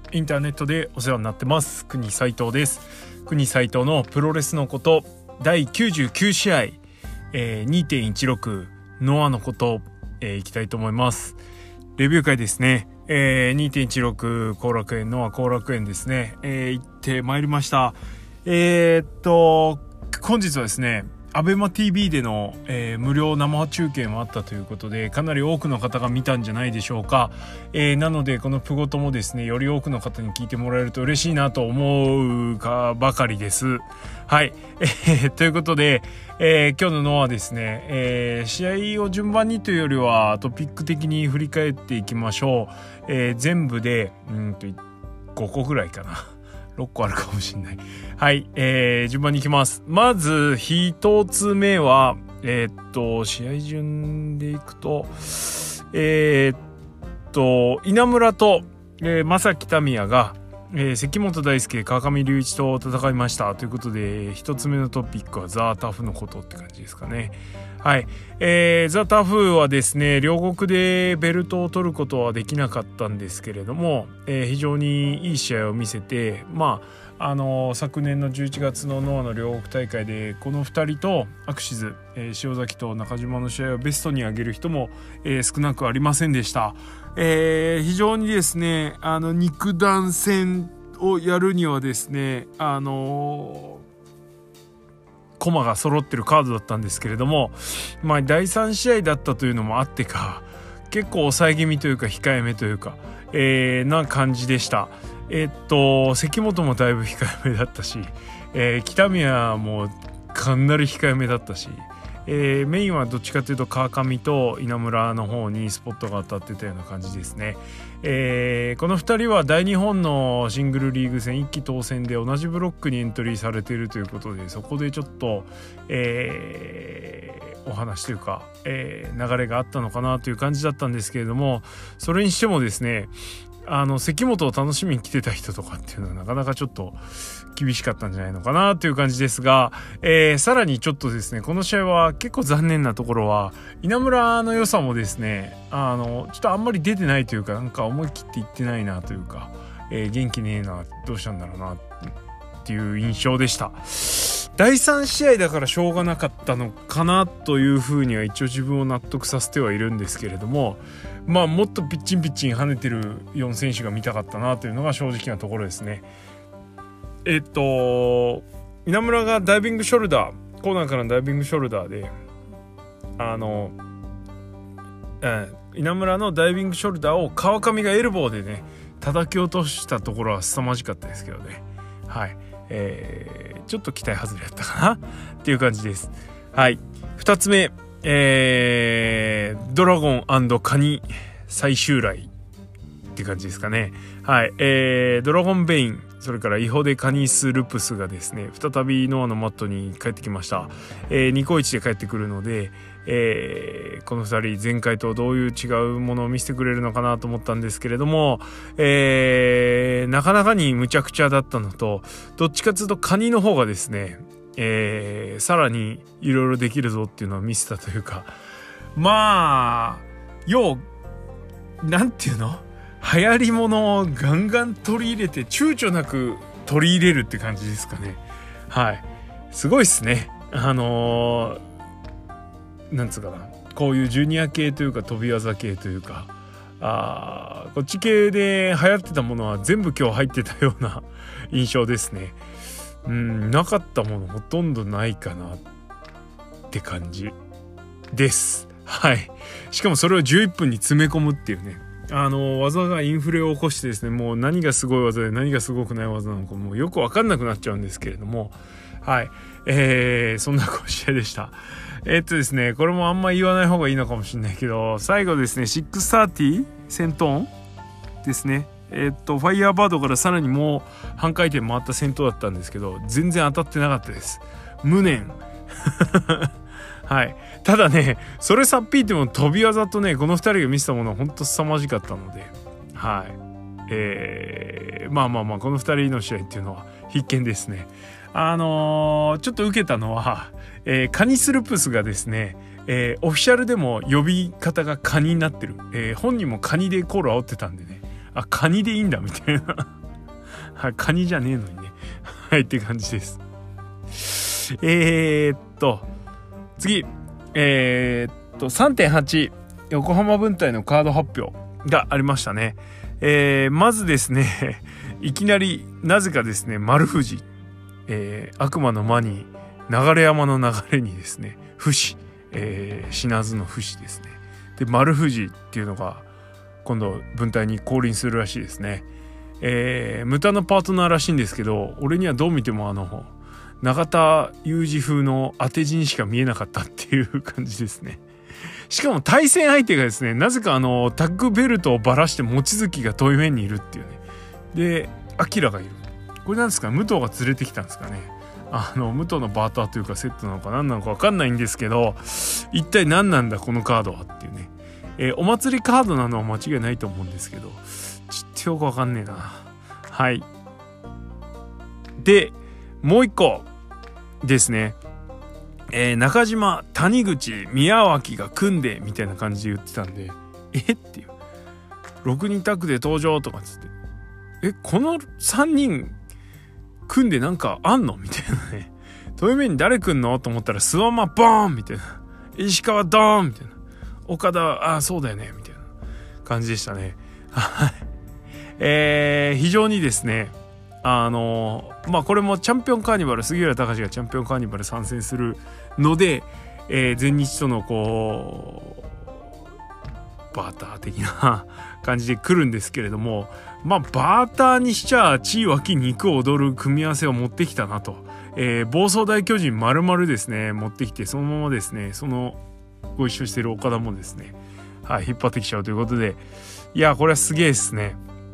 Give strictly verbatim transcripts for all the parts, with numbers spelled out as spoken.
インターネットでお世話になってます国斉藤です。国斉藤のプロレスのことだいきゅうじゅうきゅう試合、えー、にてんいちろく ノアのこと、えー、いきたいと思います。レビュー会ですね、えー、にてんいちろく 後楽園ノア後楽園ですね、えー、行ってまいりました。えー、っと本日はですねアベマ ティービー での、えー、無料生中継もあったということで、かなり多くの方が見たんじゃないでしょうか。えー、なのでこのプゴトもですねより多くの方に聞いてもらえると嬉しいなと思うかばかりです。はい、えー、ということで、えー、今日のノアはですね、えー、試合を順番にというよりはトピック的に振り返っていきましょう。えー、全部でうんとごこぐらいかなろっこあるかもしれない。はい、えー、順番に行きます。まず一つ目はえー、っと試合順でいくとえー、っと稲村と、えー、正木民也が、えー、関本大輔川上隆一と戦いましたということで、一つ目のトピックはザ・タフのことって感じですかね。はい、えー、ザ・タフはですね両国でベルトを取ることはできなかったんですけれども、えー、非常にいい試合を見せて、まああのー、昨年のじゅういちがつのノアの両国大会でこのふたりとアクシズ、えー、塩崎と中島の試合をベストに上げる人も、えー、少なくありませんでした。えー、非常にですねあの肉弾戦をやるにはですねあのーコマが揃ってるカードだったんですけれども、まあだいさん試合だったというのもあってか結構抑え気味というか控えめというか、えー、な感じでした。えー、っと関本もだいぶ控えめだったし、えー、北宮もかなり控えめだったし、えー、メインはどっちかというと川上と稲村の方にスポットが当たってたような感じですね。えー、このふたりは大日本のシングルリーグ戦いっき当選で同じブロックにエントリーされているということで、そこでちょっと、えー、お話というか、えー、流れがあったのかなという感じだったんですけれども、それにしてもですねあの関本を楽しみに来てた人とかっていうのはなかなかちょっと厳しかったんじゃないのかなという感じですが、えー、さらにちょっとですねこの試合は結構残念なところは稲村の良さもですねあのちょっとあんまり出てないというか、なんか思い切っていってないなというか、えー、元気ねえなどうしたんだろうなっていう印象でした。だいさん試合だからしょうがなかったのかなというふうには一応自分を納得させてはいるんですけれども、まあもっとピッチンピッチン跳ねてるよん選手が見たかったなというのが正直なところですね。えっと稲村がダイビングショルダーコーナーからのダイビングショルダーであの、うん、稲村のダイビングショルダーを川上がエルボーでね叩き落としたところは凄まじかったですけどね。はい、えー、ちょっと期待外れだったかなっていう感じです。はい、ふたつめ、えー、ドラゴン&カニ最終来っていう感じですかね。はい、えー、ドラゴンベインそれからイホデカニスルプスがですね再びノアのマットに帰ってきました。えー、にこいちで帰ってくるので、えー、このふたり前回とどういう違うものを見せてくれるのかなと思ったんですけれども、えー、なかなかに無茶苦茶だったのと、どっちかというとカニの方がですね、えー、さらにいろいろできるぞっていうのを見せたというか、まあ要なんていうの流行り物をガンガン取り入れて躊躇なく取り入れるって感じですかね。はい、すごいっすね。あのー、なんつうかな、こういうジュニア系というか飛び技系というか、あこっち系で流行ってたものは全部今日入ってたような印象ですね。うん、なかったものほとんどないかなって感じです。はい、しかもそれをじゅういっぷんに詰め込むっていうね、あの技がインフレを起こしてですね、もう何がすごい技で何がすごくない技なのかもうよく分かんなくなっちゃうんですけれども、はい、えー、そんな試合でした。えー、っとですねこれもあんま言わない方がいいのかもしれないけど、最後ですねろくさんじゅう戦闘ですね、えー、っとファイヤーバードからさらにもう半回転回った戦闘だったんですけど全然当たってなかったです。無念はい、ただねそれさっぴいても飛び技とねこのふたりが見せたものは本当凄まじかったので、はい、えー、まあまあまあこのふたりの試合っていうのは必見ですね。あのー、ちょっと受けたのは、えー、カニスルプスがですね、えー、オフィシャルでも呼び方がカニになってる、えー、本人もカニでコール煽ってたんでね、あカニでいいんだみたいなはい、カニじゃねえのにね。はい、って感じです。えー、っと、次、えー、っと、さんてんはち、横浜分隊のカード発表がありましたね。えー、まずですね、いきなり、なぜかですね、丸富士、えー、悪魔の間に、流山の流れにですね、富士、えー、死なずの富士ですね。で、丸富士っていうのが、今度、分隊に降臨するらしいですね。えー、ムタのパートナーらしいんですけど、俺にはどう見てもあの、永田裕二風の当て字にしか見えなかったっていう感じですね。しかも対戦相手がですね、なぜかあのタッグベルトをばらして望月が遠い面にいるっていうね。で、アキラがいる。これなんですか、武藤が連れてきたんですかね。あの武藤のバーターというかセットなのか何なのか分かんないんですけど、一体何なんだこのカードはっていうね。えー、お祭りカードなのは間違いないと思うんですけど、ちょっとよく分かんねえな。はい。で、もう一個ですね。えー、中島、谷口、宮脇が組んでみたいな感じで言ってたんで、えっていう。ろくにんタッグで登場とかつって。え、このさんにん組んでなんかあんのみたいなね。遠い目に誰組んのと思ったら、スワマボーンみたいな。石川ドーンみたいな。岡田、ああ、そうだよねみたいな感じでしたね。はい。えー、非常にですね、あのまあこれもチャンピオンカーニバル、杉浦隆がチャンピオンカーニバル参戦するので、えー、全日とのこうバーター的な感じで来るんですけれども、まあバーターにしちゃ地位脇肉を踊る組み合わせを持ってきたなと、えー、暴走大巨人丸々ですね持ってきて、そのままですねそのご一緒している岡田もですね、はい、引っ張ってきちゃうということで、いやこれはすげえですね。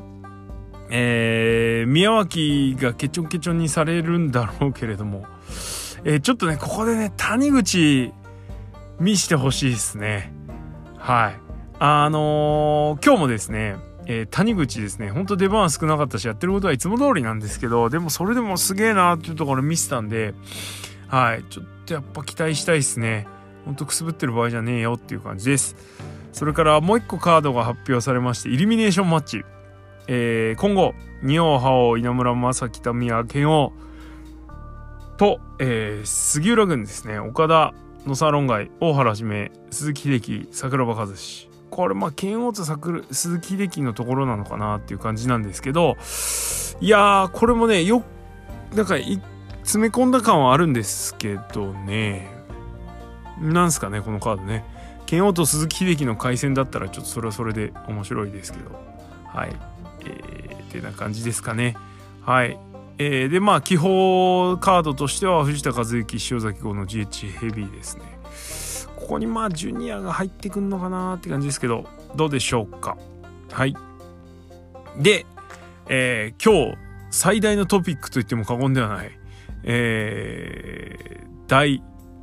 えー、宮脇がケチョンケチョンにされるんだろうけれども、えー、ちょっとねここでね谷口見してほしいですね。はい、あのー、今日もですね、えー、谷口ですね、本当出番は少なかったしやってることはいつも通りなんですけど、でもそれでもすげえなーっていうところ見せたんで、はい、ちょっとやっぱ期待したいですね。本当くすぶってる場合じゃねえよっていう感じです。それからもう一個カードが発表されまして、イルミネーションマッチ、えー、今後仁王覇王稲村正樹田宮健王と、えー、杉浦軍ですね、岡田野沢論外大原はじめ鈴木秀樹桜庭和志、これまあ剣王と桜鈴木秀樹のところなのかなっていう感じなんですけど、いやーこれもねよなんか詰め込んだ感はあるんですけどね、なんすかねこのカードね、剣王と鈴木秀樹の回戦だったらちょっとそれはそれで面白いですけど、はい、えー、ってな感じですかね。はい、えー、でまあ基本カードとしては藤田和幸塩崎号の ジーエイチ ヘビーですね。ここにまあジュニアが入ってくんのかなって感じですけど、どうでしょうか。はい。で、えー、今日最大のトピックと言っても過言ではない、えー、だい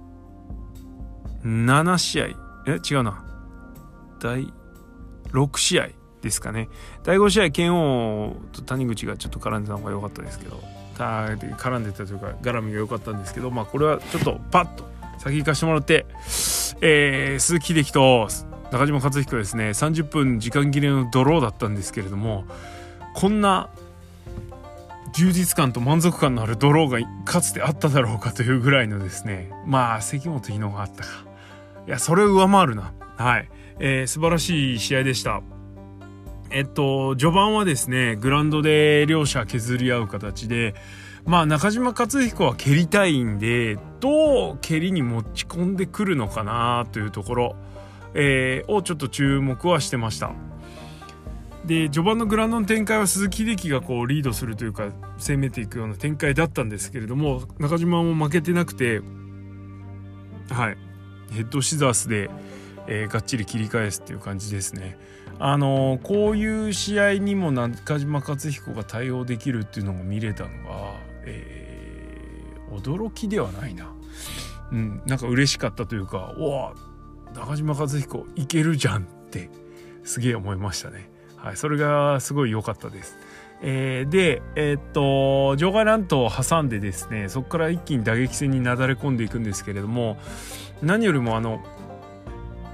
ななしあい、え違うなだいろくしあいですかね。だいごしあい剣王と谷口がちょっと絡んでたのが良かったですけど、絡んでたというか絡みが良かったんですけど、まあこれはちょっとパッと先行かしてもらって、えー、鈴木秀樹と中島克彦ですね、さんじゅっぷん時間切れのドローだったんですけれども、こんな充実感と満足感のあるドローがかつてあっただろうかというぐらいのですね、まあ関本日野があったか、いやそれを上回るな。はい、えー、素晴らしい試合でした。えっと序盤はですねグラウンドで両者削り合う形で、まあ中島克彦は蹴りたいんでどう蹴りに持ち込んでくるのかなというところ、えー、をちょっと注目はしてました。で序盤のグラウンドの展開は鈴木秀樹がこうリードするというか攻めていくような展開だったんですけれども、中島も負けてなくて、はいヘッドシザースで、えー、がっちり切り返すっていう感じですね。あのー、こういう試合にも中島克彦が対応できるっていうのが見れたのが、えー、驚きではないな、うん、なんか嬉しかったというか、おわ中島克彦いけるじゃんってすげえ思いましたね。はい、それがすごい良かったです。えー、で、えー、っと場外乱闘を挟んでですね、そこから一気に打撃戦になだれ込んでいくんですけれども、何よりもあの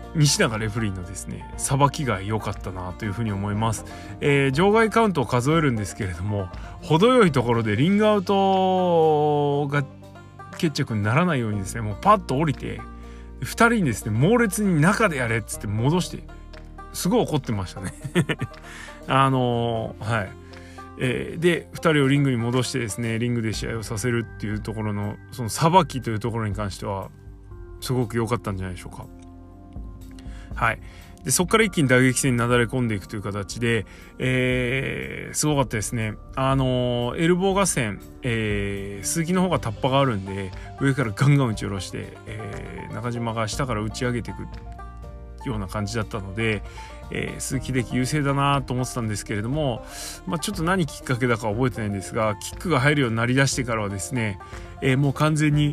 西永レフリーのですねさばきが良かったなというふうに思います。えー、場外カウントを数えるんですけれども、程よいところでリングアウトが決着にならないようにですね、もうパッと降りてふたりにですね猛烈に中でやれっつって戻して、すごい怒ってましたねあのー、はい、えー、でふたりをリングに戻してですねリングで試合をさせるっていうところのそのさばきというところに関してはすごく良かったんじゃないでしょうか。はい、でそこから一気に打撃戦になだれ込んでいくという形で、えー、すごかったですね。あのー、エルボー合戦、えー、鈴木の方がタッパがあるんで上からガンガン打ち下ろして、えー、中島が下から打ち上げていくような感じだったので、えー、鈴木秀樹優勢だなと思ってたんですけれども、まあ、ちょっと何きっかけだか覚えてないんですが、キックが入るようになりだしてからはですね、えー、もう完全に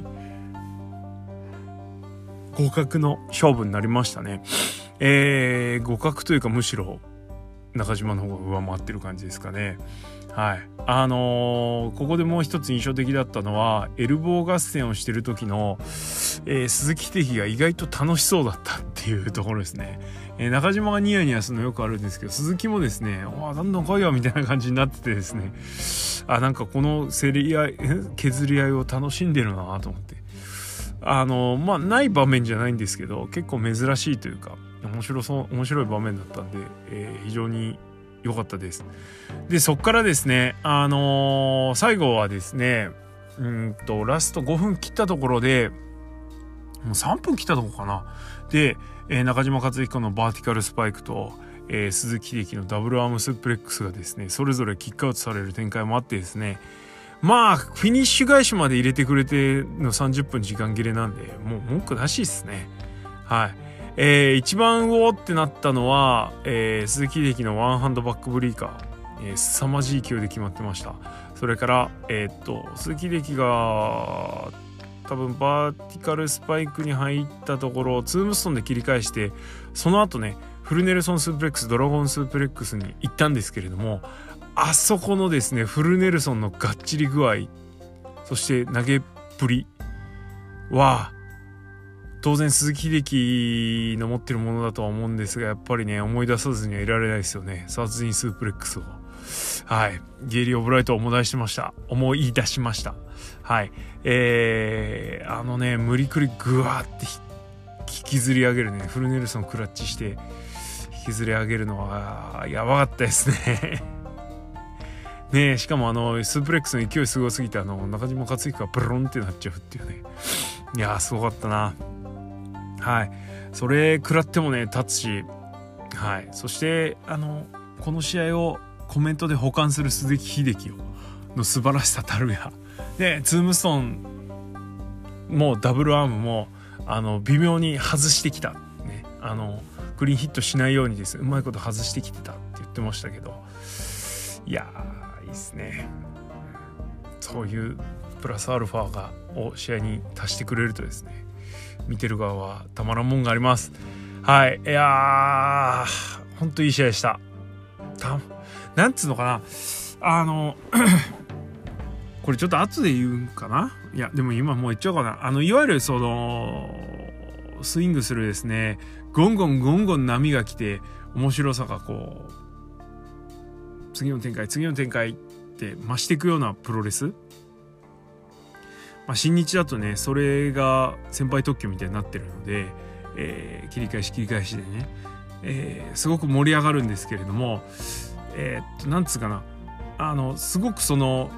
互角の勝負になりましたね。えー、互角というかむしろ中島の方が上回ってる感じですかね。はい、あのー、ここでもう一つ印象的だったのはエルボー合戦をしてる時の、えー、鈴木秀樹が意外と楽しそうだったっていうところですね。えー、中島がニヤニヤするのよくあるんですけど、鈴木もですね、わあどんどん来いよみたいな感じになっててですね、あなんかこの競り合い削り合いを楽しんでるなと思って、あのまあない場面じゃないんですけど結構珍しいというか面白そう面白い場面だったんで、えー、非常に良かったです。でそっからですね、あのー、最後はですねうんとラストごふん切ったところでもうさんぷん切ったところかなで、えー、中島克彦のバーティカルスパイクと、えー、鈴木秀樹のダブルアームスープレックスがですねそれぞれキックアウトされる展開もあってですね、まあフィニッシュ返しまで入れてくれてのさんじゅっぷん時間切れなんでもう文句なしですね。はい、えー、一番うおーってなったのは、えー、鈴木秀樹のワンハンドバックブリーカー、えー、凄まじい勢いで決まってました。それからえー、っと鈴木秀樹が多分バーティカルスパイクに入ったところをツームストンで切り返して、その後ねフルネルソンスープレックスドラゴンスープレックスに行ったんですけれども、あそこのですねフルネルソンのがっちり具合、そして投げっぷりは当然鈴木秀樹の持ってるものだとは思うんですが、やっぱりね思い出さずにはいられないですよね、殺人スープレックスを。はい、ゲイリー・オブライトを思い出しました思い出しましたはい、えー、あのね無理くりグワーって引きずり上げるねフルネルソンクラッチして引きずり上げるのはやばかったですねねえ、しかもあのスープレックスの勢いすごすぎてあの中島克彦がブロンってなっちゃうっていうね、いやーすごかったな。はい、それ食らってもね立つし、はい、そしてあのこの試合をコメントで補完する鈴木秀樹の素晴らしさたるやで、ツームストーンもダブルアームもあの微妙に外してきた、ね、あのクリーンヒットしないようにですうまいこと外してきてたって言ってましたけど、いやーいいですね。そういうプラスアルファがを試合に足してくれるとですね見てる側はたまらんもんがあります。はい、いやーほんといい試合でした。たなんつうのかな、あのこれちょっと後で言うんかな、いやでも今もう言っちゃおうかな。あのいわゆるそのスイングするですねゴンゴンゴンゴン波が来て面白さがこう次の展開次の展開って増していくようなプロレス、まあ、新日だとねそれが先輩特許みたいになってるので、えー、切り返し切り返しでね、えー、すごく盛り上がるんですけれども、えー、っとなんつうかな、あのすごくその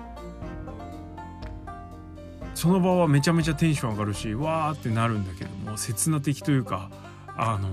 その場はめちゃめちゃテンション上がるしわーってなるんだけども、刹那的というかあの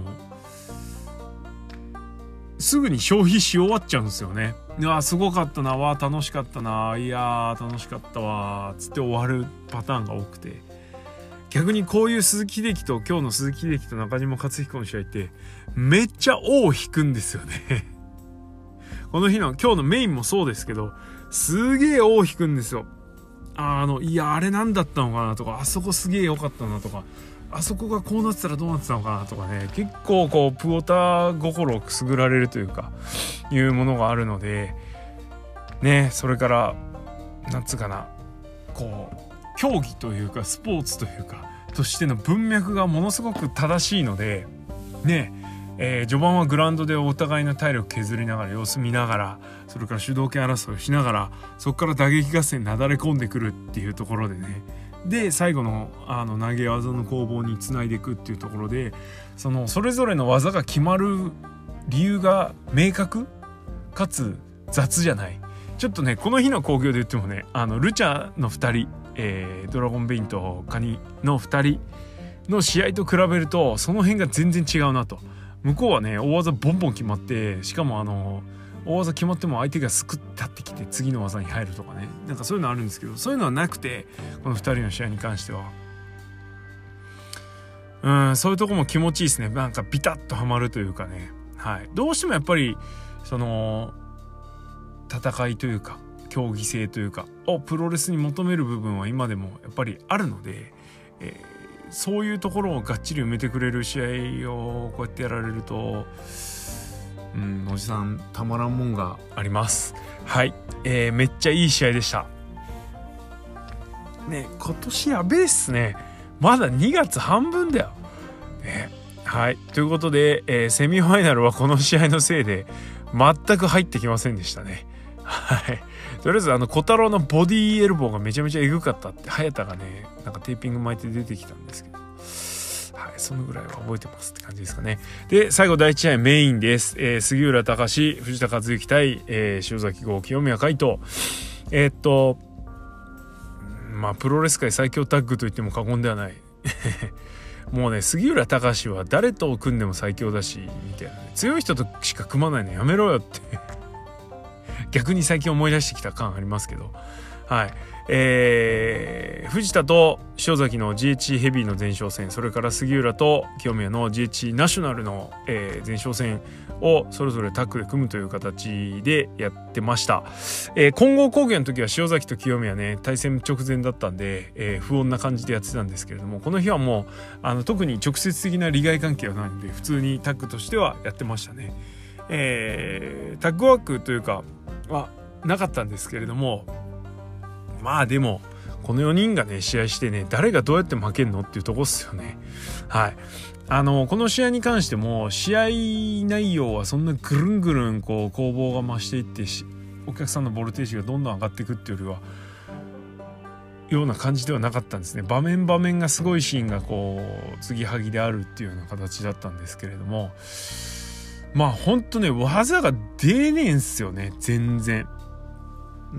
すぐに消費し終わっちゃうんですよね。いやすごかったな、わー楽しかったな、いやー楽しかったわつって終わるパターンが多くて、逆にこういう鈴木秀樹と今日の鈴木秀樹と中島克彦の試合ってめっちゃ尾を引くんですよねこの日の今日のメインもそうですけどすげえ尾を引くんですよ。あのいやあれなんだったのかなとか、あそこすげえ良かったなとか、あそこがこうなってたらどうなってたのかなとかね、結構こうプオタ心をくすぐられるというかいうものがあるのでね、それからなんつうかな、こう競技というかスポーツというかとしての文脈がものすごく正しいので、 ねえー、序盤はグラウンドでお互いの体力削りながら様子見ながら、それから主導権争いをしながら、そこから打撃合戦になだれ込んでくるっていうところでね、で最後のあの投げ技の攻防につないでいくっていうところで、そのそれぞれの技が決まる理由が明確かつ雑じゃない。ちょっとねこの日の興行で言ってもね、あのルチャのふたり、えー、ドラゴンベインとカニのふたりの試合と比べるとその辺が全然違うなと。向こうはね大技ボンボン決まって、しかもあの大技決まっても相手がすくったってきて次の技に入るとかね、なんかそういうのあるんですけど、そういうのはなくて、このふたりの試合に関してはうんそういうとこも気持ちいいですね。なんかビタッとはまるというかね、はい、どうしてもやっぱりその戦いというか競技性というかをプロレスに求める部分は今でもやっぱりあるので、えーそういうところをがっちり埋めてくれる試合をこうやってやられると、うん、おじさんたまらんもんがあります。はい、えー、めっちゃいい試合でしたね。今年やべえっすね。まだにがつ半分だよ、ね、はいということで、えー、セミファイナルはこの試合のせいで全く入ってきませんでしたね。はいとりあえずあの小太郎のボディエルボーがめちゃめちゃエグかったって早田がねなんかテーピング巻いて出てきたんですけど、はいそのぐらいは覚えてますって感じですかね。で最後だいいち試合メインです、えー、杉浦隆藤田和幸対、えー、塩崎豪清宮海斗。えー、っとまあプロレス界最強タッグと言っても過言ではないもうね杉浦隆は誰と組んでも最強だしみたいな、ね、強い人としか組まないのやめろよって逆に最近思い出してきた感ありますけど、はいえー、藤田と塩崎の ジーエイチ ヘビーの前哨戦、それから杉浦と清宮の ジーエイチ ナショナルの、えー、前哨戦をそれぞれタッグで組むという形でやってました。えー、混合工芸の時は塩崎と清宮ね対戦直前だったんで、えー、不穏な感じでやってたんですけれども、この日はもうあの特に直接的な利害関係はないので普通にタッグとしてはやってましたね。えー、タッグワークというかはなかったんですけれども、まあでもこのよにんがね試合してね誰がどうやって負けんのっていうとこっすよね。はいあのこの試合に関しても試合内容はそんなぐるんぐるんこう攻防が増していってお客さんのボルテージがどんどん上がっていくっていうよりはような感じではなかったんですね。場面場面がすごいシーンがこう継ぎはぎであるっていうような形だったんですけれども、まあほんとね技が出ねえんすよね全然、うん、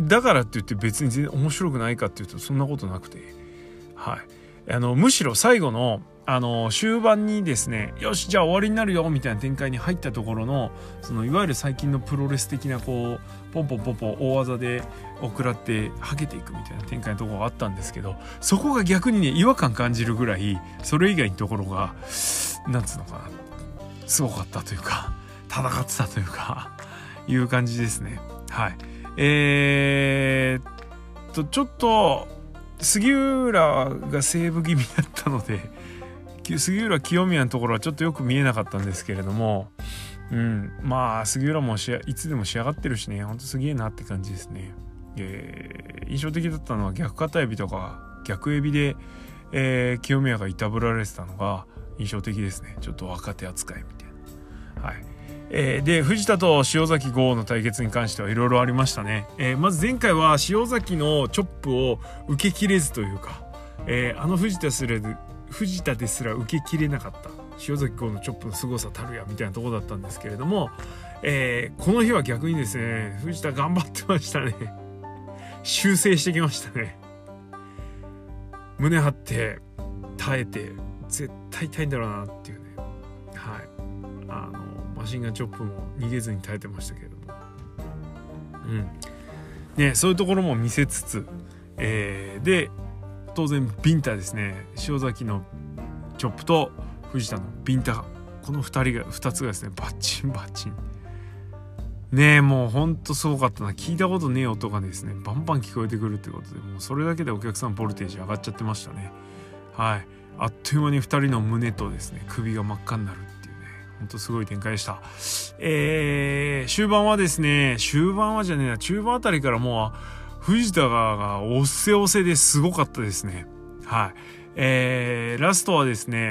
だからって言って別に全然面白くないかっていうとそんなことなくて、はいあのむしろ最後のあの終盤にですねよしじゃあ終わりになるよみたいな展開に入ったところのそのいわゆる最近のプロレス的なこうポンポンポンポン大技で食らってはけていくみたいな展開のところがあったんですけど、そこが逆にね違和感感じるぐらいそれ以外のところがなんつうのかなすごかったというか戦ってたというかいう感じですね。はいえー、っとちょっと杉浦がセーブ気味だったので杉浦清宮のところはちょっとよく見えなかったんですけれども、うん、まあ杉浦もしいつでも仕上がってるしねほんとすげえなって感じですね。えー、印象的だったのは逆片エビとか逆エビで、えー、清宮がいたぶられてたのが印象的ですね。ちょっと若手扱いみたいな。はいえー、で藤田と塩崎豪の対決に関してはいろいろありましたね。えー、まず前回は塩崎のチョップを受けきれずというか、えー、あの藤田すら藤田ですら受けきれなかった塩崎豪のチョップの凄さたるやみたいなところだったんですけれども、えー、この日は逆にですね藤田頑張ってましたね。修正してきましたね。胸張って耐えて絶対痛いんだろうなっていうね、はいあのマシンガンチョップも逃げずに耐えてましたけれども、うんね、そういうところも見せつつ、えー、で当然ビンタですね。塩崎のチョップと藤田のビンタ、このふたりがふたつがですねバッチンバッチンねえもうほんとすごかったな。聞いたことねえ音がですねバンバン聞こえてくるってことでもうそれだけでお客さんボルテージ上がっちゃってましたね。はいあっという間にふたりの胸とですね首が真っ赤になるっていうねほんとすごい展開でした。えー、終盤はですね終盤はじゃねえな中盤あたりからもう藤田が押せ押せですごかったですね。はい、えー、ラストはですね、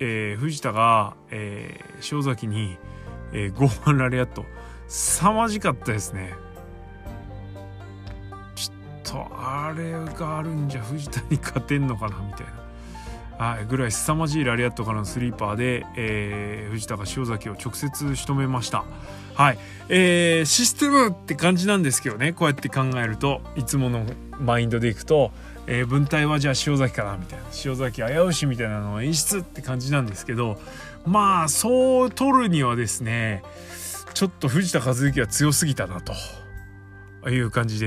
えー、藤田が、えー、塩崎に、えー、ごばんラリアット凄まじかったですね。ちょっとあれがあるんじゃ藤田に勝てんのかなみたいな、はい、ぐらい凄まじいラリアットからのスリーパーで、えー、藤田が塩崎を直接仕留めました。はい、えー、システムって感じなんですけどね、こうやって考えるといつものマインドでいくと、えー、分隊はじゃあ塩崎かなみたいな、塩崎危うしみたいなのを演出って感じなんですけど、まあそう取るにはですねちょっと藤田和幸は強すぎたなという感じです。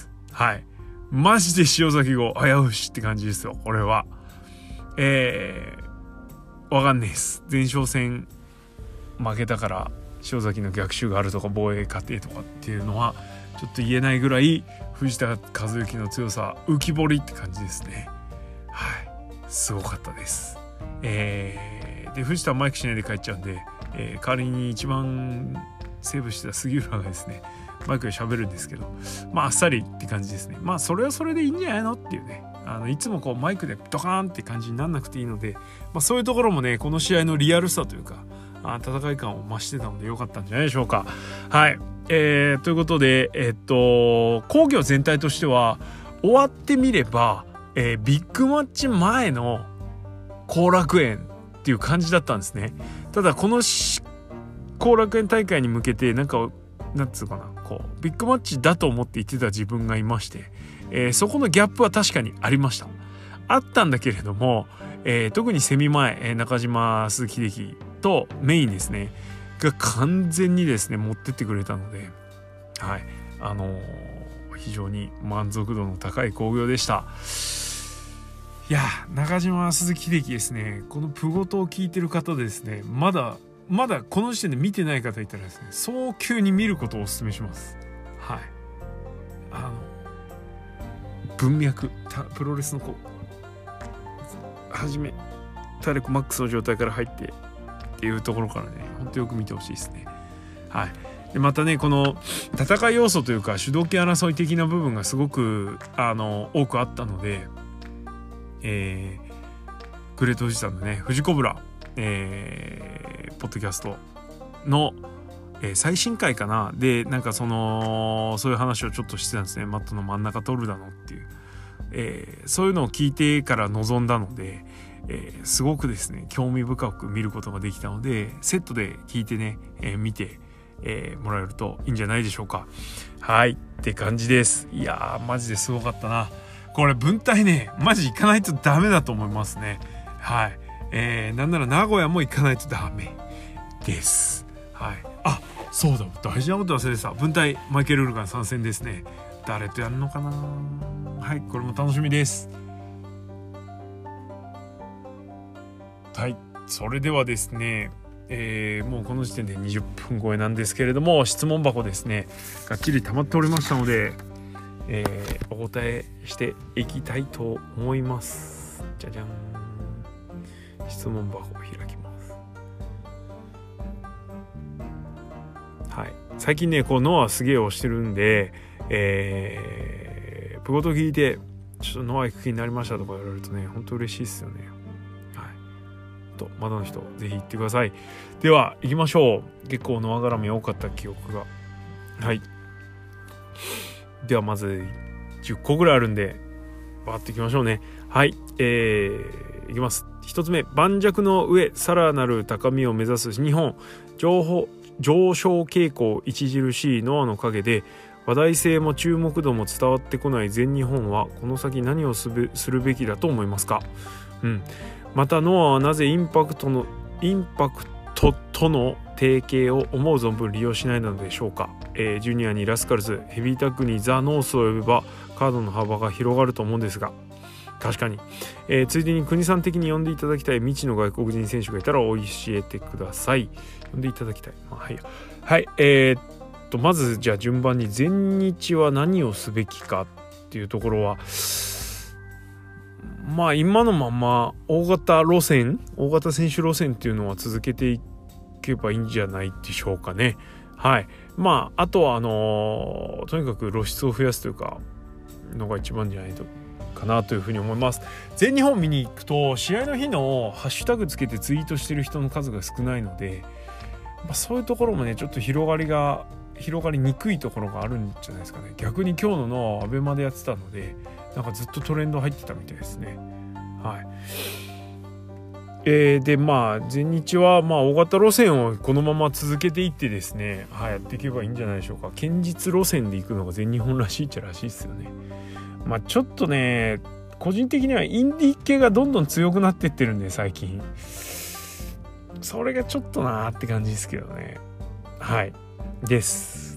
はい、マジで塩崎を危うしって感じですよこれは。えー、わかんないです。前哨戦負けたから塩崎の逆襲があるとか防衛過程とかっていうのはちょっと言えないぐらい藤田和幸の強さ浮き彫りって感じですね。はい、すごかったです。えー、で藤田はマイクしないで帰っちゃうんで、えー、代わりに一番セーブしてた杉浦がですねマイクで喋るんですけど、まああっさりって感じですね。まあそれはそれでいいんじゃないのっていうね、あのいつもこうマイクでドカーンって感じになんなくていいので、まあ、そういうところもねこの試合のリアルさというかあ戦い感を増してたので良かったんじゃないでしょうか。はい、えー、ということでえー、っと興行全体としては終わってみれば、えー、ビッグマッチ前の後楽園っていう感じだったんですね。ただこの後楽園大会に向けてなんかなんつうかなこうビッグマッチだと思って言ってた自分がいまして、えー、そこのギャップは確かにありました。あったんだけれども、えー、特にセミ前、えー、中島鈴木秀樹とメインですねが完全にですね持ってってくれたので、はい、あのー、非常に満足度の高い興行でした。いや中島鈴木秀樹ですね、このプゴトを聞いてる方でですねまだまだこの時点で見てない方いたらですね早急に見ることをお勧めします。はい、あの文脈プロレスのこうはじめ体力マックスの状態から入ってっていうところからね本当よく見てほしいですね。はい、でまたねこの戦い要素というか主導権争い的な部分がすごくあの多くあったので、えー、グレート富士山のね富士コブラ、えー、ポッドキャストの、えー、最新回かなでなんかそのそういう話をちょっとしてたんですね。マットの真ん中取るだのっていう、えー、そういうのを聞いてから臨んだので、えー、すごくですね興味深く見ることができたのでセットで聞いてね、えー、見て、えー、もらえるといいんじゃないでしょうか。はいって感じです。いやーマジですごかったなこれ。分隊ねマジ行かないとダメだと思いますね。はい、えー、なんなら名古屋も行かないとダメです。はい、あそうだ大事なこと忘れてた。分隊マイケル・ウルガン参戦ですね。誰とやるのかな。はいこれも楽しみです。はいそれではですね、えー、もうこの時点でにじゅっぷん超えなんですけれども質問箱ですねがっちり溜まっておりましたので、えー、お答えしていきたいと思います。じゃじゃん質問箱を開きます。はい、最近ねこうノアすげえ押してるんで、えー、プゴト聞いてちょっとノア行く気になりましたとか言われるとね本当嬉しいですよね。はいとまだの人ぜひ行ってください。では行きましょう。結構ノア絡み多かった記憶が。はいではまずじゅっこぐらいあるんでバーッといきましょうね。はいえー、いきます。一つ目盤石の上さらなる高みを目指す日本情報上昇傾向著しいノアの陰で話題性も注目度も伝わってこない全日本はこの先何をすべ、するべきだと思いますか。うん、またノアはなぜインパクトのインパクトとの提携を思う存分利用しないのでしょうか。えー、ジュニアにラスカルズヘビータッグにザ・ノースを呼べばカードの幅が広がると思うんですが確かに、えー、ついでに国さん的に呼んでいただきたい未知の外国人選手がいたら教えてください。呼んでいただきたい、まあ、はい、はい、えー、っとまずじゃあ順番に全日は何をすべきかっていうところはまあ今のまま大型路線大型選手路線っていうのは続けていけばいいんじゃないでしょうかね。はい、まああとはあのー、とにかく露出を増やすというかのが一番じゃないとかなというふうに思います。全日本見に行くと試合の日のハッシュタグつけてツイートしてる人の数が少ないので、まあ、そういうところもねちょっと広がりが広がりにくいところがあるんじゃないですかね。逆に今日ののアベマでやってたのでなんかずっとトレンド入ってたみたいですね。はい。えー、でまあ全日はまあ大型路線をこのまま続けていってですね、はい、やっていけばいいんじゃないでしょうか。堅実路線で行くのが全日本らしいっちゃらしいですよね。まあちょっとね個人的にはインディー系がどんどん強くなってってるんで最近それがちょっとなーって感じですけどね。はいです。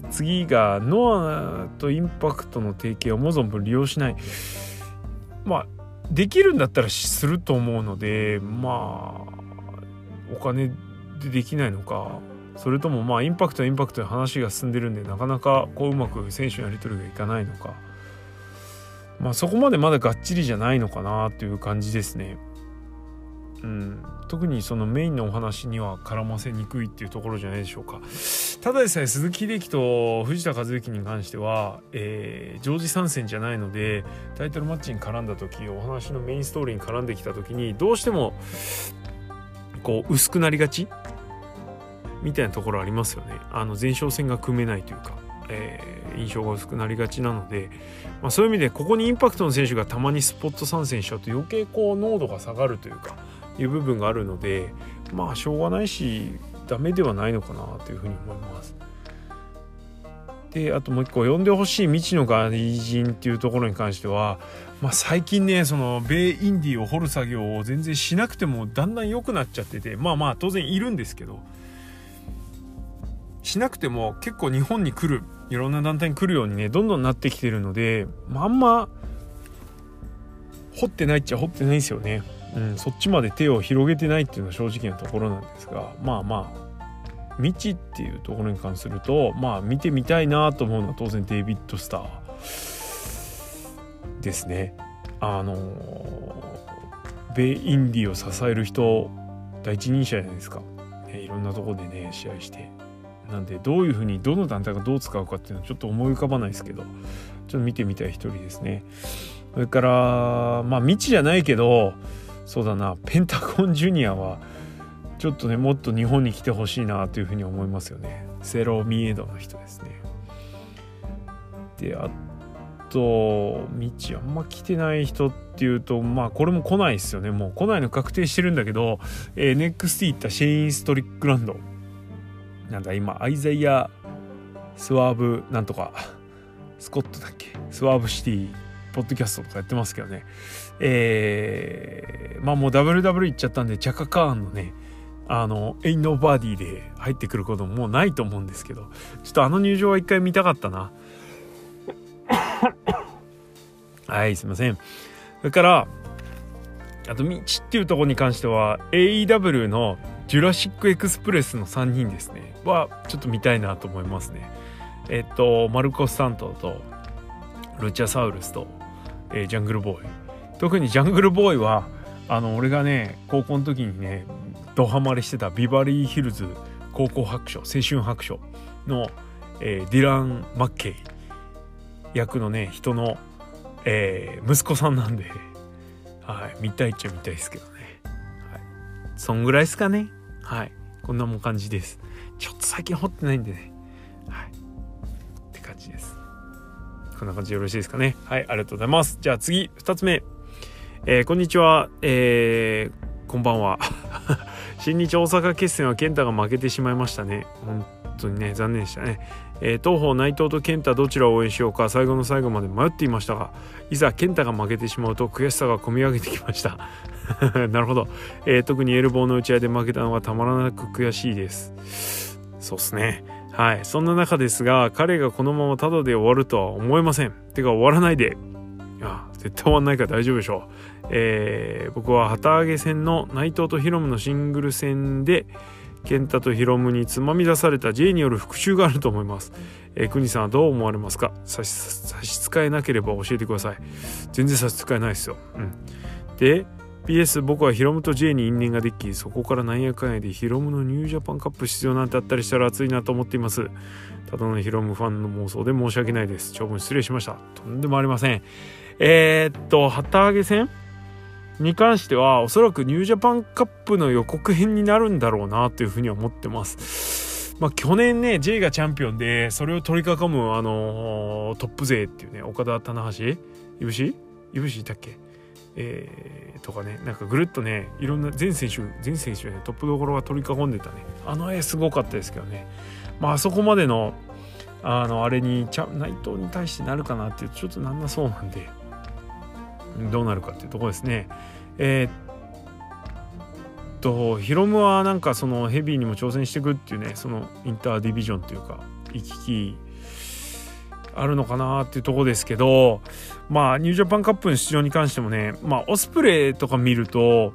次がノアとインパクトの提携をも存分利用しない。まあできるんだったらすると思うので、まあお金でできないのか、それともまあインパクトはインパクトで話が進んでるんでなかなかこううまく選手のやり取りがいかないのか、まあそこまでまだがっちりじゃないのかなという感じですね。うん、特にそのメインのお話には絡ませにくいっていうところじゃないでしょうか。ただでさえ鈴木秀樹と藤田和幸に関しては、えー、常時参戦じゃないのでタイトルマッチに絡んだ時お話のメインストーリーに絡んできた時にどうしてもこう薄くなりがちみたいなところありますよね。あの前哨戦が組めないというか、えー、印象が薄くなりがちなので、まあ、そういう意味でここにインパクトの選手がたまにスポット参戦しちゃうと余計こう濃度が下がるというかいう部分があるので、まあしょうがないしダメではないのかなというふうに思います。であともう一個呼んでほしい未知の外人っていうところに関しては、まあ、最近ねその米インディーを掘る作業を全然しなくてもだんだん良くなっちゃってて、まあまあ当然いるんですけどしなくても結構日本に来るいろんな団体に来るようにねどんどんなってきてるので、まあ、あんま掘ってないっちゃ掘ってないんですよね。うん、そっちまで手を広げてないっていうのは正直なところなんですが、まあまあ未知っていうところに関するとまあ見てみたいなと思うのは当然デイビッド・スターですね。あの米インディを支える人第一人者じゃないですか、ね、いろんなところでね試合してなんでどういうふうにどの団体がどう使うかっていうのはちょっと思い浮かばないですけどちょっと見てみたい一人ですね。それからまあ未知じゃないけどそうだなペンタゴンジュニアはちょっとねもっと日本に来てほしいなというふうに思いますよね。セロミエドの人ですね。であと未知あんま来てない人っていうとまあこれも来ないですよね。もう来ないの確定してるんだけど、えー、ネクスティ行ったシェイン・ストリックランドなんだ今アイザイア・スワーブなんとかスコットだっけスワーブシティポッドキャストとかやってますけどね、えー、まあもう ダブリューダブリュー 行っちゃったんでチャカカーンのねあのエイノーバーディーで入ってくることももうないと思うんですけどちょっとあの入場は一回見たかったなはいすいません。それからあとミチっていうところに関しては エーイーダブリュー のジュラシックエクスプレスのさんにんですねはちょっと見たいなと思いますね。えっとマルコス・サントとルチャサウルスと、えー、ジャングルボーイ。特にジャングルボーイはあの俺がね高校の時にねドハマりしてたビバリーヒルズ高校白書青春白書の、えー、ディラン・マッケイ役のね人の、えー、息子さんなんで、はい、見たいっちゃ見たいですけどね、はい、そんぐらいですかね。はいこんなもん感じです。ちょっと最近掘ってないんでね、はい、って感じです。こんな感じでよろしいですかね。はいありがとうございます。じゃあ次ふたつめ、えー、こんにちは、えー、こんばんは新日大阪決戦は健太が負けてしまいましたね。本当にね残念でしたね。えー、東方内藤と健太どちらを応援しようか最後の最後まで迷っていましたがいざ健太が負けてしまうと悔しさが込み上げてきましたなるほど、えー、特にエルボーの打ち合いで負けたのはたまらなく悔しいです。そうですね。はいそんな中ですが彼がこのままタダで終わるとは思えません。てか終わらないであ絶対終わんないから大丈夫でしょう。えー、僕は旗揚げ戦の内藤とヒロムのシングル戦で健太とヒロムにつまみ出された J による復讐があると思います。えー、国さんはどう思われますか。差し、差し支えなければ教えてください。全然差し支えないですよ、うん、で ピーエス 僕はヒロムと J に因縁ができそこからなんやかんやでヒロムのニュージャパンカップ出場なんてあったりしたら熱いなと思っています。ただのヒロムファンの妄想で申し訳ないです。長文失礼しました。とんでもありません。 えー、っと旗揚げ戦に関してはおそらくニュージャパンカップの予告編になるんだろうなというふうに思ってます。まあ去年ね J がチャンピオンでそれを取り囲むあのー、トップ勢っていうね岡田棚橋いぶしいぶしいたっけえー、とかねなんかぐるっとねいろんな全選手全選手ねトップどころが取り囲んでたねあの絵すごかったですけどね。まああそこまでのあのあれにちゃ内藤に対してなるかなっていうちょっとなんなそうなんでどうなるかっていうところですね。えー、っとヒロムはなんかそのヘビーにも挑戦していくっていうねそのインターディビジョンというか行き来あるのかなっていうところですけど、まあニュージャパンカップの出場に関してもねまあオスプレイとか見ると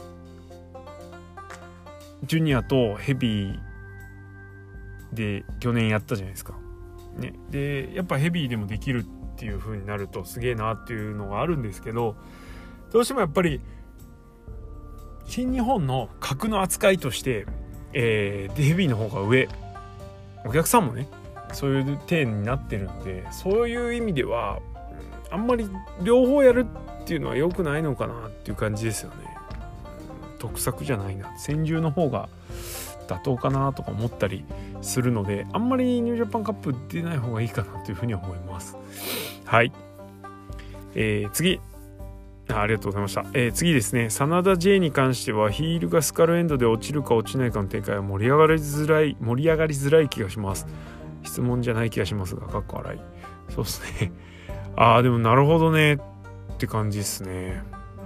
ジュニアとヘビーで去年やったじゃないですか。ね、でやっぱヘビーでもできるっていう風になるとすげえなっていうのがあるんですけどどうしてもやっぱり新日本の格の扱いとして、えー、ヘビーの方が上お客さんもねそういう体になってるのでそういう意味ではあんまり両方やるっていうのは良くないのかなっていう感じですよね。得策じゃないな戦従の方が妥当かなとか思ったりするのであんまりニュージャパンカップ出ない方がいいかなというふうに思います。はい、えー、次 あ, ありがとうございました、えー、次ですね真田 J に関してはヒールがスカルエンドで落ちるか落ちないかの展開は盛り上がりづらい盛り上がりづらい気がします。質問じゃない気がしますがかっこ笑いそうですねあーでもなるほどねって感じですね。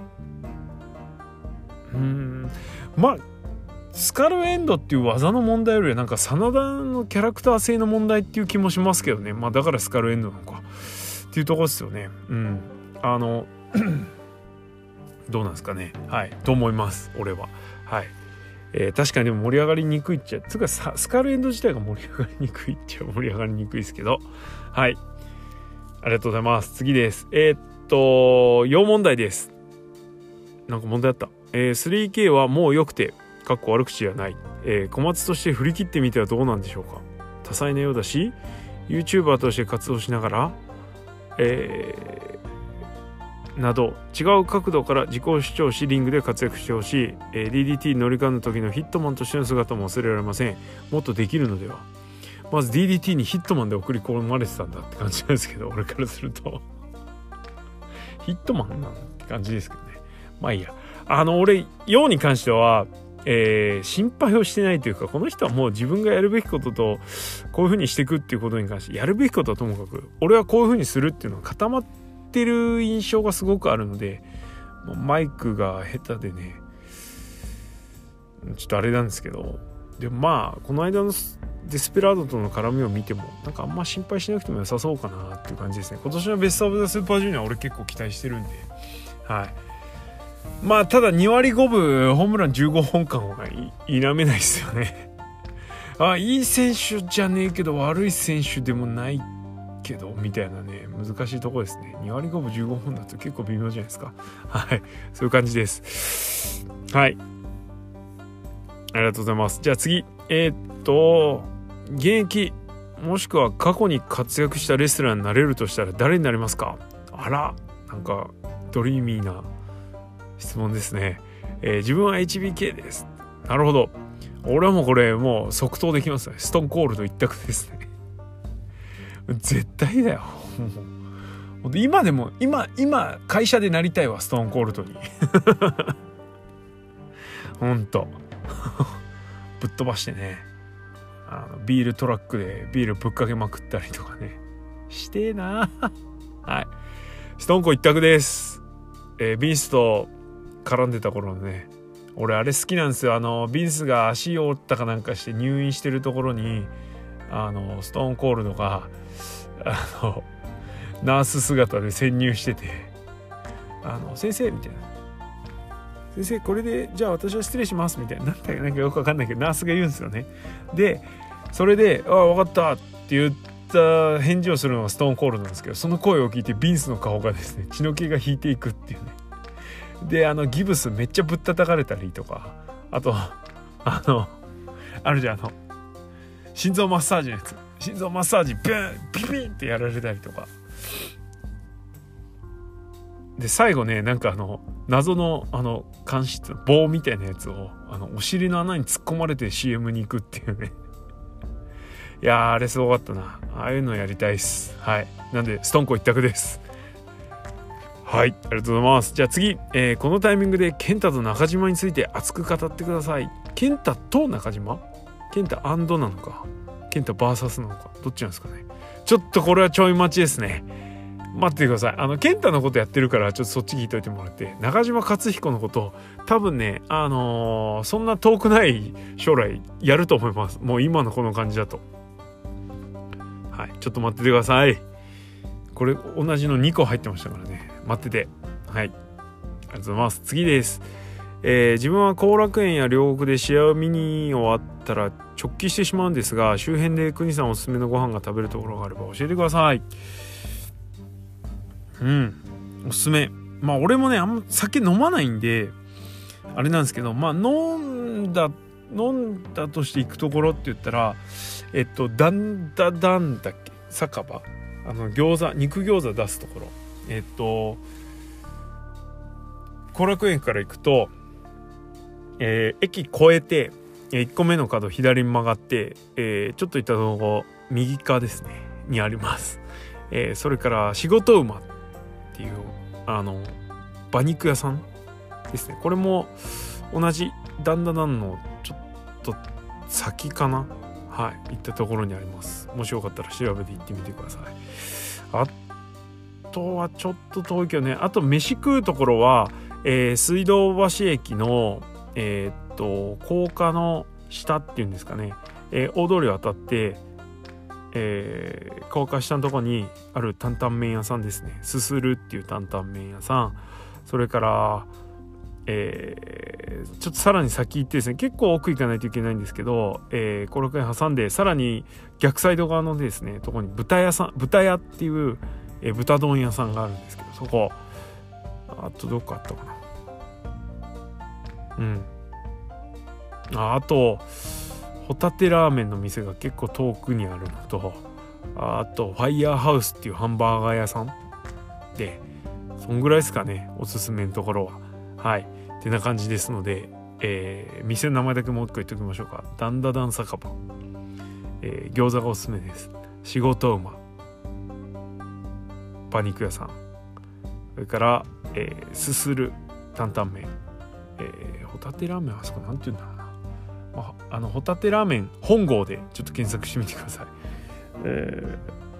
うーんまあスカルエンドっていう技の問題よりはなんか真田のキャラクター性の問題っていう気もしますけどね。まあだからスカルエンドなのかっていうところですよね。うんあのどうなんですかね。はいと思います俺は。はい、えー、確かにでも盛り上がりにくいっちゃつうかスカルエンド自体が盛り上がりにくいっちゃ盛り上がりにくいですけどはいありがとうございます。次です。えー、っと要問題です。なんか問題あった。えー、スリーケー はもう良くてかっこ悪口じゃない、えー、小松として振り切ってみてはどうなんでしょうか。多彩なようだし YouTuber として活動しながら、えー、など違う角度から自己主張しリングで活躍してほしい、えー、ディーディーティー に乗り換える時のヒットマンとしての姿も忘れられません。もっとできるのでは。まず ディーディーティー にヒットマンで送り込まれてたんだって感じなんですけど俺からするとヒットマンなんって感じですけどね。まあいいや。あの俺ヨウに関してはえー、心配をしてないというかこの人はもう自分がやるべきこととこういう風にしていくっていうことに関してやるべきことはともかく俺はこういう風にするっていうのは固まってる印象がすごくあるのでマイクが下手でねちょっとあれなんですけどでもまあこの間のデスペラードとの絡みを見てもなんかあんま心配しなくても良さそうかなっていう感じですね。今年のベストオブザスーパージュニア俺結構期待してるんではいまあただに割ごぶホームランじゅうごほんかんは否めないですよねあいい選手じゃねえけど悪い選手でもないけどみたいなね難しいところですね。に割ごぶじゅうごほんだと結構微妙じゃないですか。はいそういう感じです。はいありがとうございます。じゃあ次えー、っと現役もしくは過去に活躍したレスラーになれるとしたら誰になりますか。あらなんかドリーミーな質問ですね、えー、自分は エイチビーケー です。なるほど俺はもうこれもう即答できますね。ストーンコールド一択ですね絶対だよもう今でも今今会社でなりたいわストーンコールドにほんとぶっ飛ばしてねあのビールトラックでビールぶっかけまくったりとかねしてえなはいストーンコールド一択です。えー、ビンスと絡んでた頃のね俺あれ好きなんですよ。あのビンスが足を折ったかなんかして入院してるところにあのストーンコールドがあのナース姿で潜入しててあの先生みたいな先生これでじゃあ私は失礼しますみたいななんだかなんかよくわかんないけどナースが言うんですよね。でそれでああ分かったって言った返事をするのがストーンコールドなんですけどその声を聞いてビンスの顔がですね血の気が引いていくっていうね。であのギブスめっちゃぶったたかれたりとかあとあのあるじゃんあの心臓マッサージのやつ心臓マッサージビュンピピンってやられたりとかで最後ねなんかあの謎のあの監視棒みたいなやつをあのお尻の穴に突っ込まれて シーエム に行くっていうねいやーあれすごかったな。ああいうのやりたいっす。はい。なんでストンコ一択です。はい、ありがとうございます。じゃあ次、えー、このタイミングでケンタと中島について熱く語ってください。ケンタと中島？ケンタ&なのかケンタ ブイエス なのかどっちなんですかね。ちょっとこれはちょい待ちですね。待ってください。あのケンタのことやってるからちょっとそっち聞いといてもらって、中島克彦のこと多分ねあのー、そんな遠くない将来やると思います。もう今のこの感じだと。はい、ちょっと待っててください。これ同じのにこ入ってましたからね。待ってて。はい。ありがとうございます。次です。えー、自分は後楽園や両国で試合を見に終わったら直帰してしまうんですが、周辺で国さんおすすめのご飯が食べるところがあれば教えてください。うん。おすすめ。まあ俺もねあんま酒飲まないんであれなんですけど、まあ飲んだ飲んだとして行くところって言ったらえっとダンダダンだっけ酒場、あの餃子肉餃子出すところ、えっと後楽園から行くと、えー、駅越えていっこめの角左に曲がって、えー、ちょっと行ったところ右側ですねにあります。えー、それから仕事馬っていうあの馬肉屋さんですね。これも同じダンダダンのちょっと先かな、はい、行ったところにあります。もしよかったら調べて行ってみてください。あとはちょっと遠いけどね。あと飯食うところは、えー、水道橋駅のえー、っと高架の下っていうんですかね、えー、大通りを渡って、えー、高架下のところにある担々麺屋さんですね。すするっていう担々麺屋さん、それからえー、ちょっとさらに先行ってですね、結構奥行かないといけないんですけど、えー、後楽園挟んでさらに逆サイド側のですねところに豚屋さん豚屋っていう、えー、豚丼屋さんがあるんですけど、そこあとどこあったかな、うんああとホタテラーメンの店が結構遠くにあるのと、あとファイヤーハウスっていうハンバーガー屋さんで、そんぐらいですかねおすすめのところは。はいってな感じですので、えー、店の名前だけもう一個言っておきましょうか。ダンダダン酒場、えー、餃子がおすすめです。仕事馬馬肉屋さん、それから、えー、すする担々麺、えー、ホタテラーメンはあそこなんて言うんだろうな、まあ、あのホタテラーメン本郷でちょっと検索してみてください。え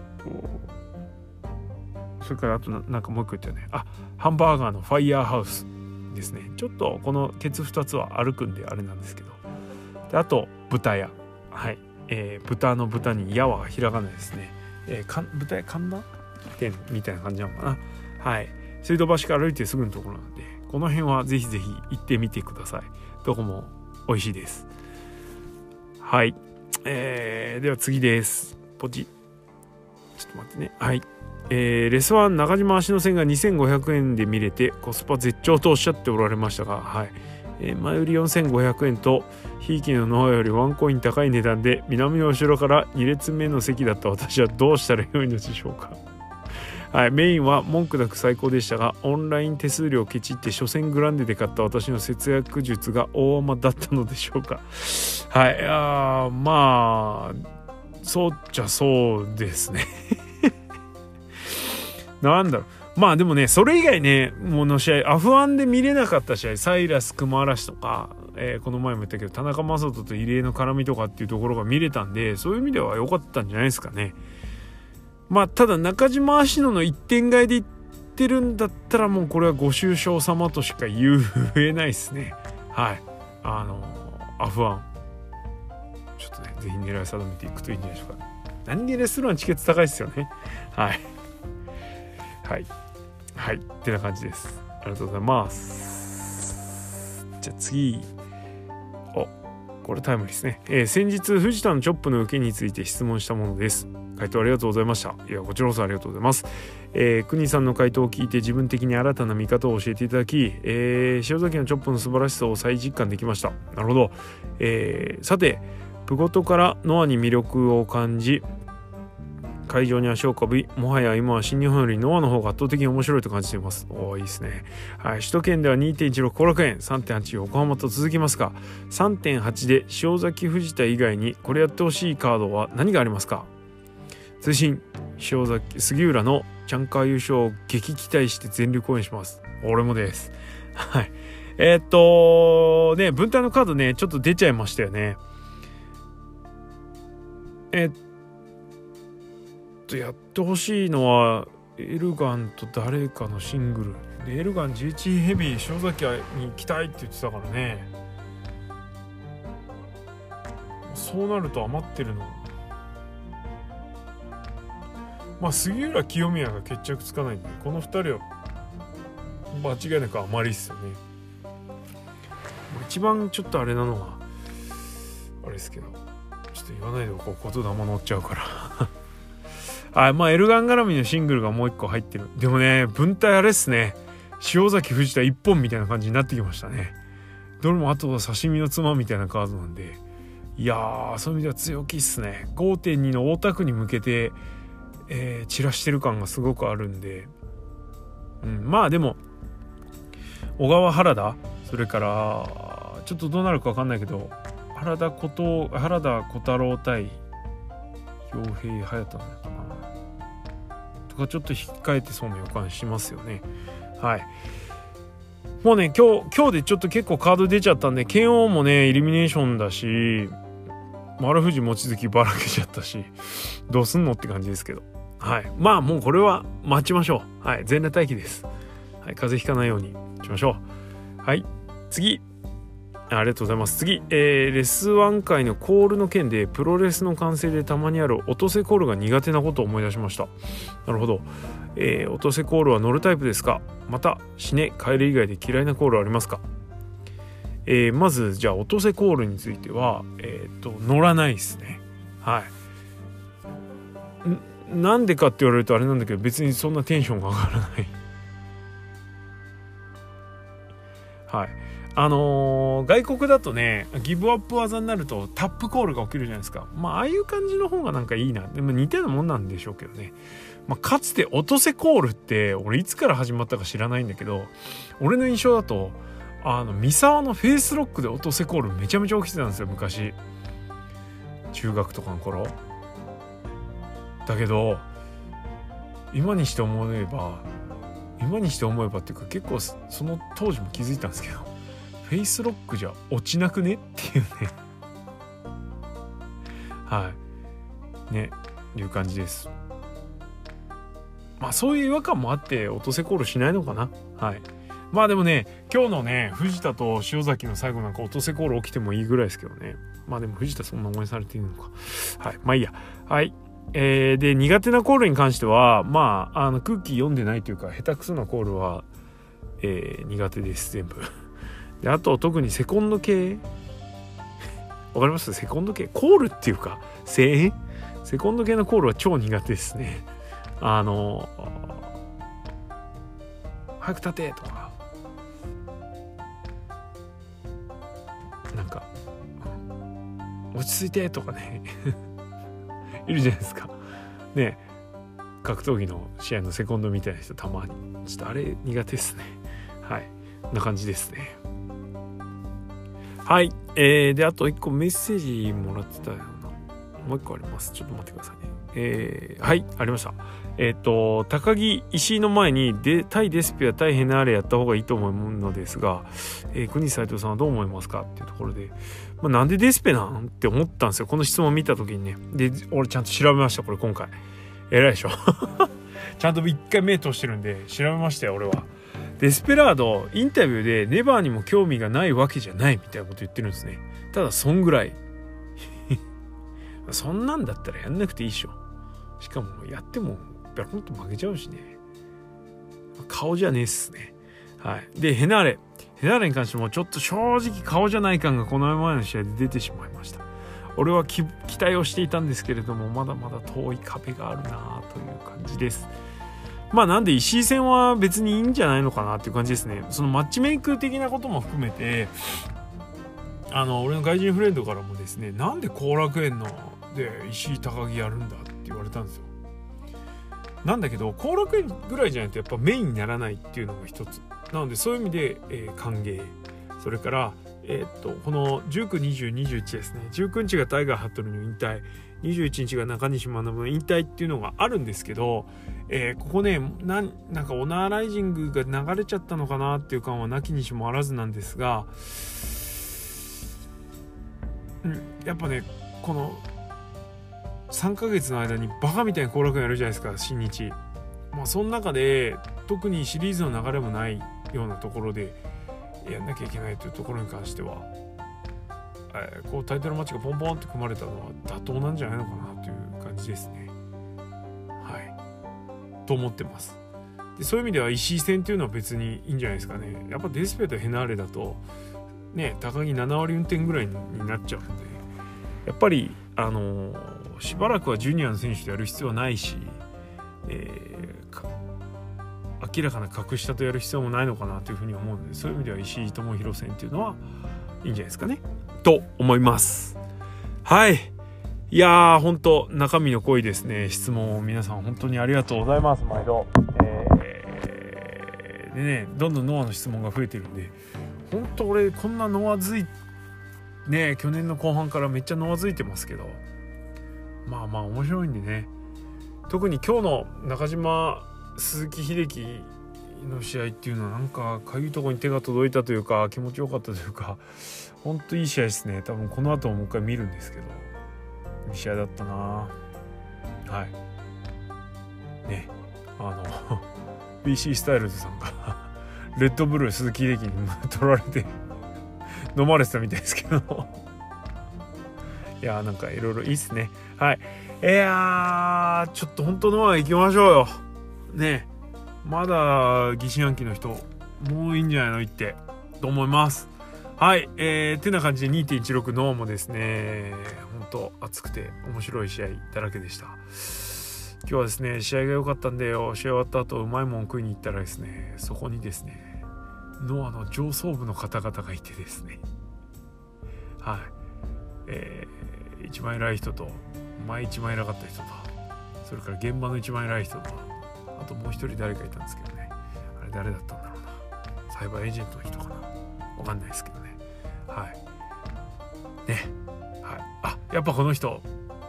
ー、それからあと な, なんかもう一個言ったよね。あ、ハンバーガーのファイヤーハウスですね。ちょっとこのケツふたつは歩くんであれなんですけど、であと豚屋、はい、えー、豚の豚に矢はひらがなですね。えー、か豚屋神田店みたいな感じなのかな。はい、水道橋から歩いてすぐのところなんで、この辺はぜひぜひ行ってみてください。どこも美味しいです。はい、えー、では次です。ポチちょっと待ってね。はい、えー、レスワン中島足の線がにせんごひゃくえんで見れてコスパ絶頂とおっしゃっておられましたが、はい、えー、前売りよんせんごひゃくえんとひいきのノアよりワンコイン高い値段で南の後ろからに列目の席だった私はどうしたらよいのでしょうか。はい、メインは文句なく最高でしたが、オンライン手数料をケチって所詮グランデで買った私の節約術が大甘だったのでしょうか。はい、あまあそうっちゃそうですね。なんだろう、まあでもね、それ以外ねもの試合、アフワンで見れなかった試合、サイラス熊嵐とか、えー、この前も言ったけど田中将人と入江の絡みとかっていうところが見れたんで、そういう意味では良かったんじゃないですかね。まあただ中島芦野の一点買いで言ってるんだったら、もうこれはご愁傷様としか言えないですね。はい、あのアフワンちょっとねぜひ狙い定めていくといいんじゃないでしょうか。何気レストランチケット高いですよね。はいはいはいってな感じです。ありがとうございます。じゃあ次、おこれタイムリーですね。えー、先日藤田のチョップの受けについて質問したものです。回答ありがとうございました。いやこちらこそありがとうございます。えー、国さんの回答を聞いて自分的に新たな見方を教えていただき、えー、塩崎のチョップの素晴らしさを再実感できました。なるほど。えー、さてプゴトからノアに魅力を感じ会場に足を運び、もはや今は新日本よりノアの方が圧倒的に面白いと感じています。おー、いいですね。はい、首都圏では にてんいちろく 後楽園、さんてんはち 横浜と続きますが、さんてんはち で塩崎藤田以外にこれやってほしいカードは何がありますか？通信、塩崎杉浦のチャンカー優勝を激期待して全力応援します。俺もです。はい。えー、っとね、分隊のカードね、ちょっと出ちゃいましたよね。えー、っとやってほしいのはエルガンと誰かのシングルで、エルガンじゅういちヘビー塩崎に行きたいって言ってたからね。そうなると余ってるの、まあ杉浦清宮が決着つかないんで、このふたりは間違いなく余りっすよね。一番ちょっとあれなのはあれですけど、ちょっと言わないでおこう、言霊乗っちゃうからあ、まあエルガン絡みのシングルがもう一個入ってる。でもね、分隊あれっすね、塩崎藤田一本みたいな感じになってきましたね。どれもあとは刺身の妻みたいなカードなんで、いやー、そういう意味では強気っすね。 ごてんに の大田区に向けて、えー、散らしてる感がすごくあるんで、うん、まあでも小川原田、それからちょっとどうなるか分かんないけど、原田小と原田小太郎対傭兵隼人なのかなとか、ちょっと引っかえてそうな予感しますよね。はい。もうね、今日今日でちょっと結構カード出ちゃったんで、剣王もねイルミネーションだし、丸藤望月ばらけちゃったし、どうすんのって感じですけど、はい。まあもうこれは待ちましょう。はい。全裸待機です。はい。風邪ひかないようにしましょう。はい。次。ありがとうございます。次、えー、レスワン界のコールの件で、プロレスの完成でたまにある落とせコールが苦手なことを思い出しました。なるほど。えー、落とせコールは乗るタイプですか？また死ね帰る以外で嫌いなコールはありますか？えー、まずじゃあ落とせコールについては、えー、と乗らないですね。はい。んなんでかって言われるとあれなんだけど、別にそんなテンションが上がらないはい。あのー、外国だとね、ギブアップ技になるとタップコールが起きるじゃないですか。まあああいう感じの方がなんかいいな。でも似たようなもんなんでしょうけどね。まあ、かつて落とせコールって俺いつから始まったか知らないんだけど、俺の印象だとあの三沢のフェイスロックで落とせコールめちゃめちゃ起きてたんですよ、昔中学とかの頃だけど、今にして思えば今にして思えばっていうか、結構その当時も気づいたんですけど、フェイスロックじゃ落ちなくねっていうねはいねいう感じです。まあそういう違和感もあって落とせコールしないのかな。はい。まあでもね、今日のね藤田と塩崎の最後なんか落とせコール起きてもいいぐらいですけどね。まあでも藤田そんな応援されているのか。はい。まあいいや。はい。えー、で苦手なコールに関しては、まああの空気読んでないというか下手くそなコールは、えー、苦手です全部。であと特にセコンド系わかります？セコンド系コールっていうか声援セコンド系のコールは超苦手ですね。あの早く立てとかなんか落ち着いてとかねいるじゃないですかね。格闘技の試合のセコンドみたいな人たまにちょっとあれ苦手ですね。はい、こんな感じですね。はい、えー、であといっこメッセージもらってたような、もういっこあります。ちょっと待ってくださいね。えー、はいありました。えっ、ー、と高木石井の前にで対デスペア対ヘナーレやった方がいいと思うのですが、えー、国西斉藤さんはどう思いますかっていうところで、まあ、なんでデスペなんって思ったんですよ、この質問を見た時にね。で俺ちゃんと調べました。これ今回偉いでしょちゃんと一回目通してるんで調べましたよ俺は。デスペラードインタビューでネバーにも興味がないわけじゃないみたいなこと言ってるんですね。ただそんぐらいそんなんだったらやんなくていいっしょ。しかもやってもベロンと負けちゃうしね。顔じゃねえっすね。はい。でヘナーレヘナーレに関してもちょっと正直顔じゃない感がこの前の試合で出てしまいました。俺は期待をしていたんですけれども、まだまだ遠い壁があるなという感じです。まあなんで石井戦は別にいいんじゃないのかなっていう感じですね。そのマッチメイク的なことも含めて、あの俺の外人フレンドからもですね、なんで後楽園ので石井高木やるんだって言われたんですよ。 なんだけど後楽園ぐらいじゃないとやっぱメインにならないっていうのが一つなので、そういう意味で、えー、歓迎。それからえー、っとこのじゅうく、にじゅう、にじゅういちですね。じゅうくにちがタイガー・ハットルの引退、にじゅういちにちが中西学の引退っていうのがあるんですけど、えー、ここねな ん, なんかオナーライジングが流れちゃったのかなっていう感はなきにしもあらずなんですが、うん、やっぱねこのさんかげつの間にバカみたいに後楽園やるじゃないですか、新日。まあその中で特にシリーズの流れもないようなところでやんなきゃいけないというところに関しては、えー、こうタイトルマッチがポンポンって組まれたのは妥当なんじゃないのかなという感じですね。はいと思ってます。でそういう意味では石井戦っていうのは別にいいんじゃないですかね。やっぱデスペとヘナーレだとね高木ななわり運転ぐらいになっちゃうので、やっぱりあのー、しばらくはジュニアの選手とやる必要はないし、えー、明らかな格下とやる必要もないのかなというふうに思うので、そういう意味では石井智弘戦っていうのはいいんじゃないですかねと思います。はい、いやー本当中身の濃いですね質問を皆さん本当にありがとうございます。毎度、えー、でねどんどんノアの質問が増えてるんで、本当俺こんなノアづいね去年の後半からめっちゃノアづいてますけど、まあまあ面白いんでね。特に今日の中島鈴木秀樹の試合っていうのはなんかかゆいところに手が届いたというか気持ちよかったというか、ほんといい試合ですね。多分この後ももう一回見るんですけど、いい試合だったな。はいね、あのビーシー スタイルズさんがレッドブル鈴木秀樹に取られて飲まれてたみたいですけどいやーなんかいろいろいいっすね。はい、いやーちょっと本当のは行きましょうよね。まだ疑心暗鬼の人もういいんじゃないの言ってと思います。はい、えー、てな感じで にてんいちろく ノアもですね本当熱くて面白い試合だらけでした。今日はですね試合が良かったんでよ、試合終わった後うまいもん食いに行ったらですね、そこにですねノアの上層部の方々がいてですね、はい、えー、一番偉い人と前一番偉かった人と、それから現場の一番偉い人と、あともう一人誰かいたんですけどね、あれ誰だったんだろうな、サイバーエージェントの人かな、わかんないですけどね。はいね、はい、あやっぱこの人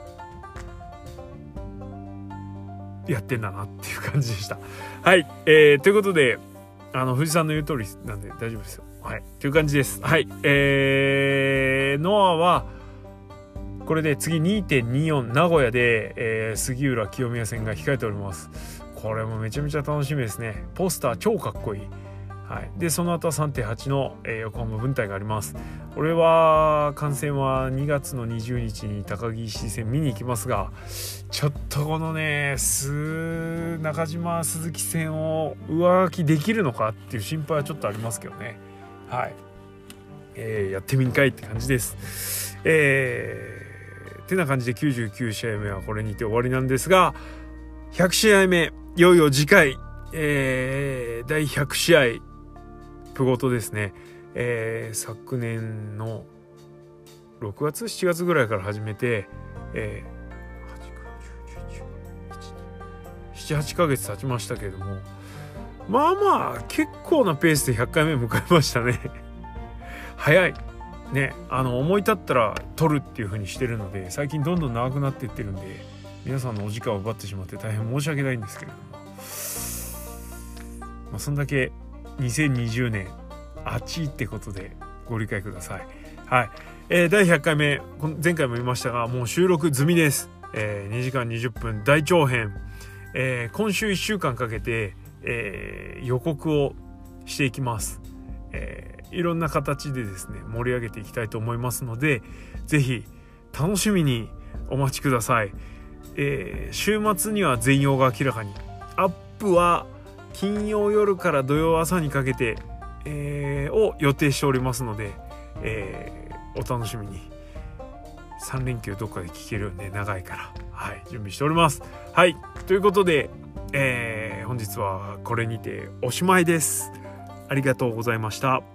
やってんだなっていう感じでした。はい、えー、ということであの藤井さんの言う通りなんで大丈夫ですよ。はいという感じです。はい、えー、ノアはこれで次 にてんによん 名古屋で、えー、杉浦清宮戦が控えております。これもめちゃめちゃ楽しみですね。ポスター超かっこいい。はい、でその後は さんてんはち の、えー、横浜分隊があります。俺は観戦はにがつのにじゅうにちに高木石井戦見に行きますが、ちょっとこのねす中島鈴木戦を上書きできるのかっていう心配はちょっとありますけどね。はい、えー、やってみんかいって感じです。えー、てな感じできゅうじゅうきゅうしあいめはこれにて終わりなんですが、ひゃくしあいめいよいよ次回、えー、だいひゃくしあいプゴトですね、えー、昨年のろくがつしちがつぐらいから始めて、えー、はち、く、じゅう、じゅういち、なな、はちかげつ経ちましたけれども、まあまあ結構なペースでひゃっかいめ迎えましたね早いね。あの思い立ったら撮るっていう風にしてるので、最近どんどん長くなっていってるんで皆さんのお時間を奪ってしまって大変申し訳ないんですけれども、まあ、そんだけにせんにじゅうねん暑いってことでご理解ください。はい、えー、だいひゃっかいめ前回も言いましたがもう収録済みです。えー、にじかんにじゅっぷん大長編、えー、今週いっしゅうかんかけて、えー、予告をしていきます。えー、いろんな形でですね盛り上げていきたいと思いますので、ぜひ楽しみにお待ちください。えー、週末には全容が明らかに、アップは金曜夜から土曜朝にかけて、えー、を予定しておりますので、えー、お楽しみに。さんれんきゅうどっかで聞けるんで長いから、はい、準備しております。はいということで、えー、本日はこれにておしまいです。ありがとうございました。